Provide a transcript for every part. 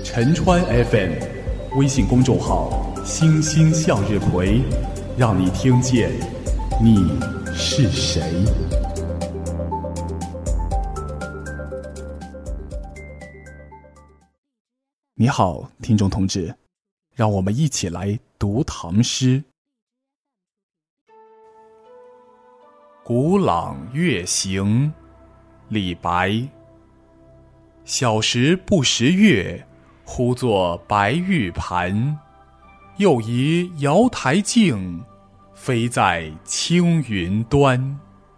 陈川 FM 微信公众号星星向日葵，让你听见你是谁。你好，听众同志，让我们一起来读唐诗。古朗月行，李白。小时不识月，呼作白玉盘。又疑瑶台镜，飞在青云端。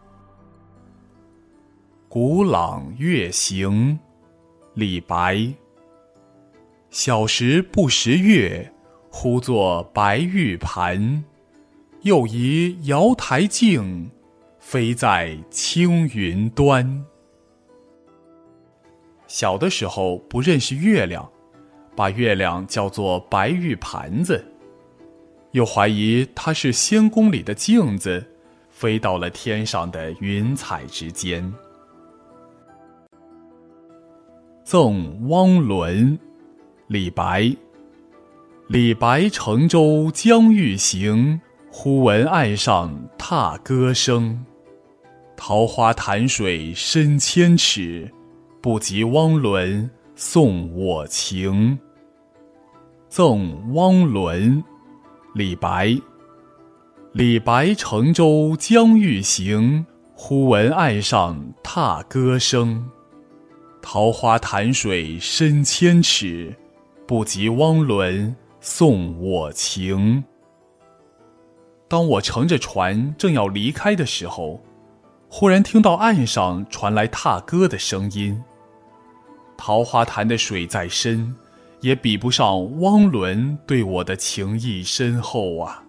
古朗月行，李白。小时不识月，呼作白玉盘。又疑瑶台镜，飞在青云端。小的时候不认识月亮，把月亮叫做白玉盘子，又怀疑它是仙宫里的镜子，飞到了天上的云彩之间。赠汪伦，李白。李白乘舟将欲行，忽闻岸上踏歌声。桃花潭水深千尺，不及汪伦送我情。赠汪伦，李白。李白乘舟将欲行，忽闻岸上踏歌声。桃花潭水深千尺，不及汪伦送我情。当我乘着船正要离开的时候，忽然听到岸上传来踏歌的声音。桃花潭的水再深，也比不上汪伦对我的情谊深厚啊。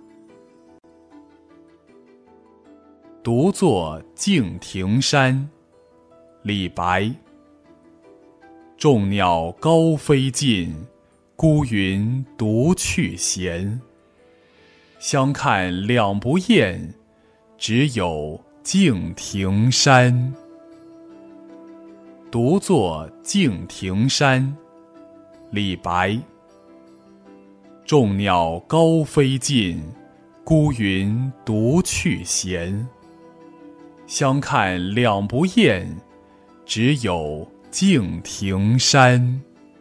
独坐敬亭山，李白。众鸟高飞尽，孤云独去闲。相看两不厌，只有敬亭山。独坐敬亭山，李白。众鸟高飞尽，孤云独去闲。相看两不厌，只有敬亭山。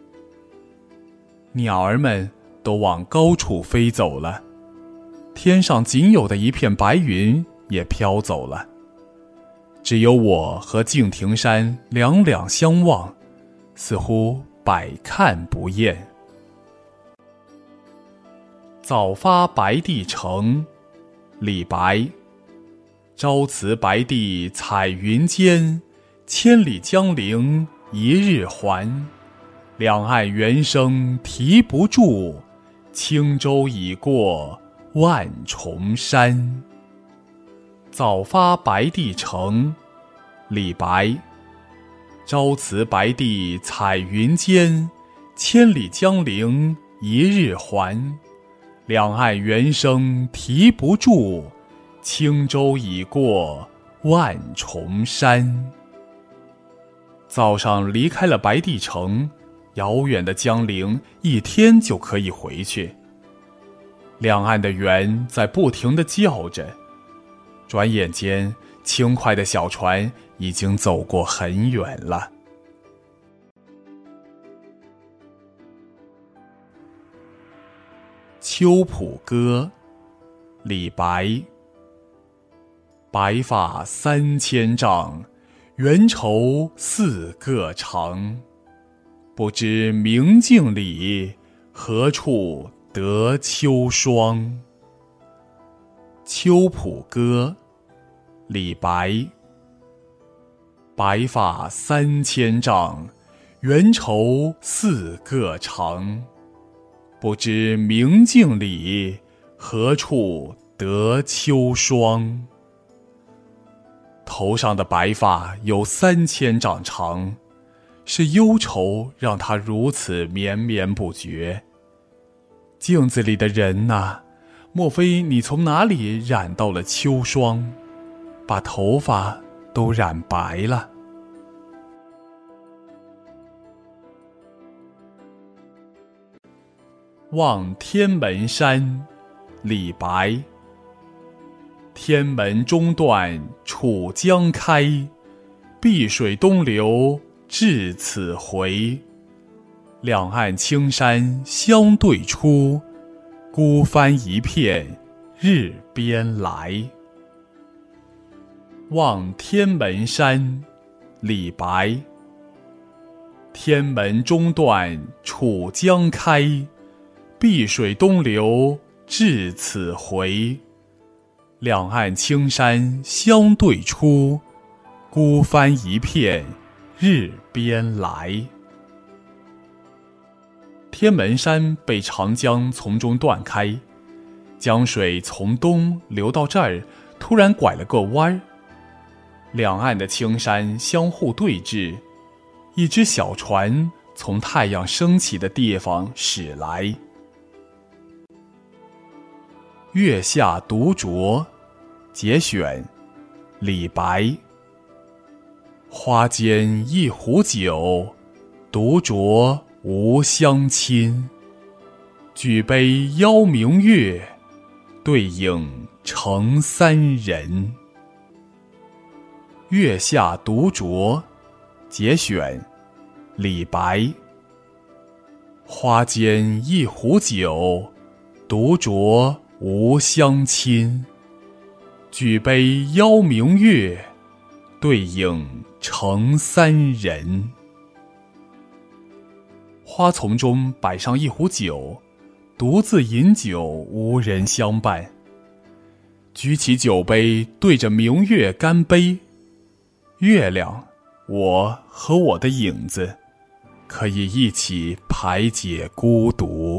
鸟儿们都往高处飞走了，天上仅有的一片白云也飘走了。只有我和敬亭山两两相望，似乎百看不厌。早发白帝城，李白。朝辞白帝彩云间，千里江陵一日还。两岸猿声啼不住，轻舟已过万重山。早发白帝城，李白。朝辞白帝彩云间，千里江陵一日还。两岸猿声啼不住，轻舟已过万重山。早上离开了白帝城，遥远的江陵一天就可以回去。两岸的猿在不停地叫着，转眼间轻快的小船已经走过很远了。秋浦歌，李白。白发三千丈，缘愁似个长。不知明镜里，何处得秋霜。秋浦歌，李白。白发三千丈，缘愁似个长。不知明镜里，何处得秋霜。头上的白发有3000丈长，是忧愁让他如此绵绵不绝。镜子里的人啊，莫非你从哪里染到了秋霜，把头发都染白了？ 望天门山，李白。天门中断楚江开，碧水东流至此回。两岸青山相对出，孤帆一片日边来。望天门山，李白。天门中断楚江开，碧水东流至此回。两岸青山相对出，孤帆一片日边来。天门山被长江从中断开，江水从东流到这儿，突然拐了个弯儿。两岸的青山相互对峙，一只小船从太阳升起的地方驶来。月下独酌，节选，李白。花间一壶酒，独酌无相亲。举杯邀明月，对影成三人。月下独酌，节选，李白。花间一壶酒，独酌无相亲。举杯邀明月，对影成三人。花丛中摆上一壶酒，独自饮酒无人相伴。举起酒杯对着明月干杯。月亮，我和我的影子，可以一起排解孤独。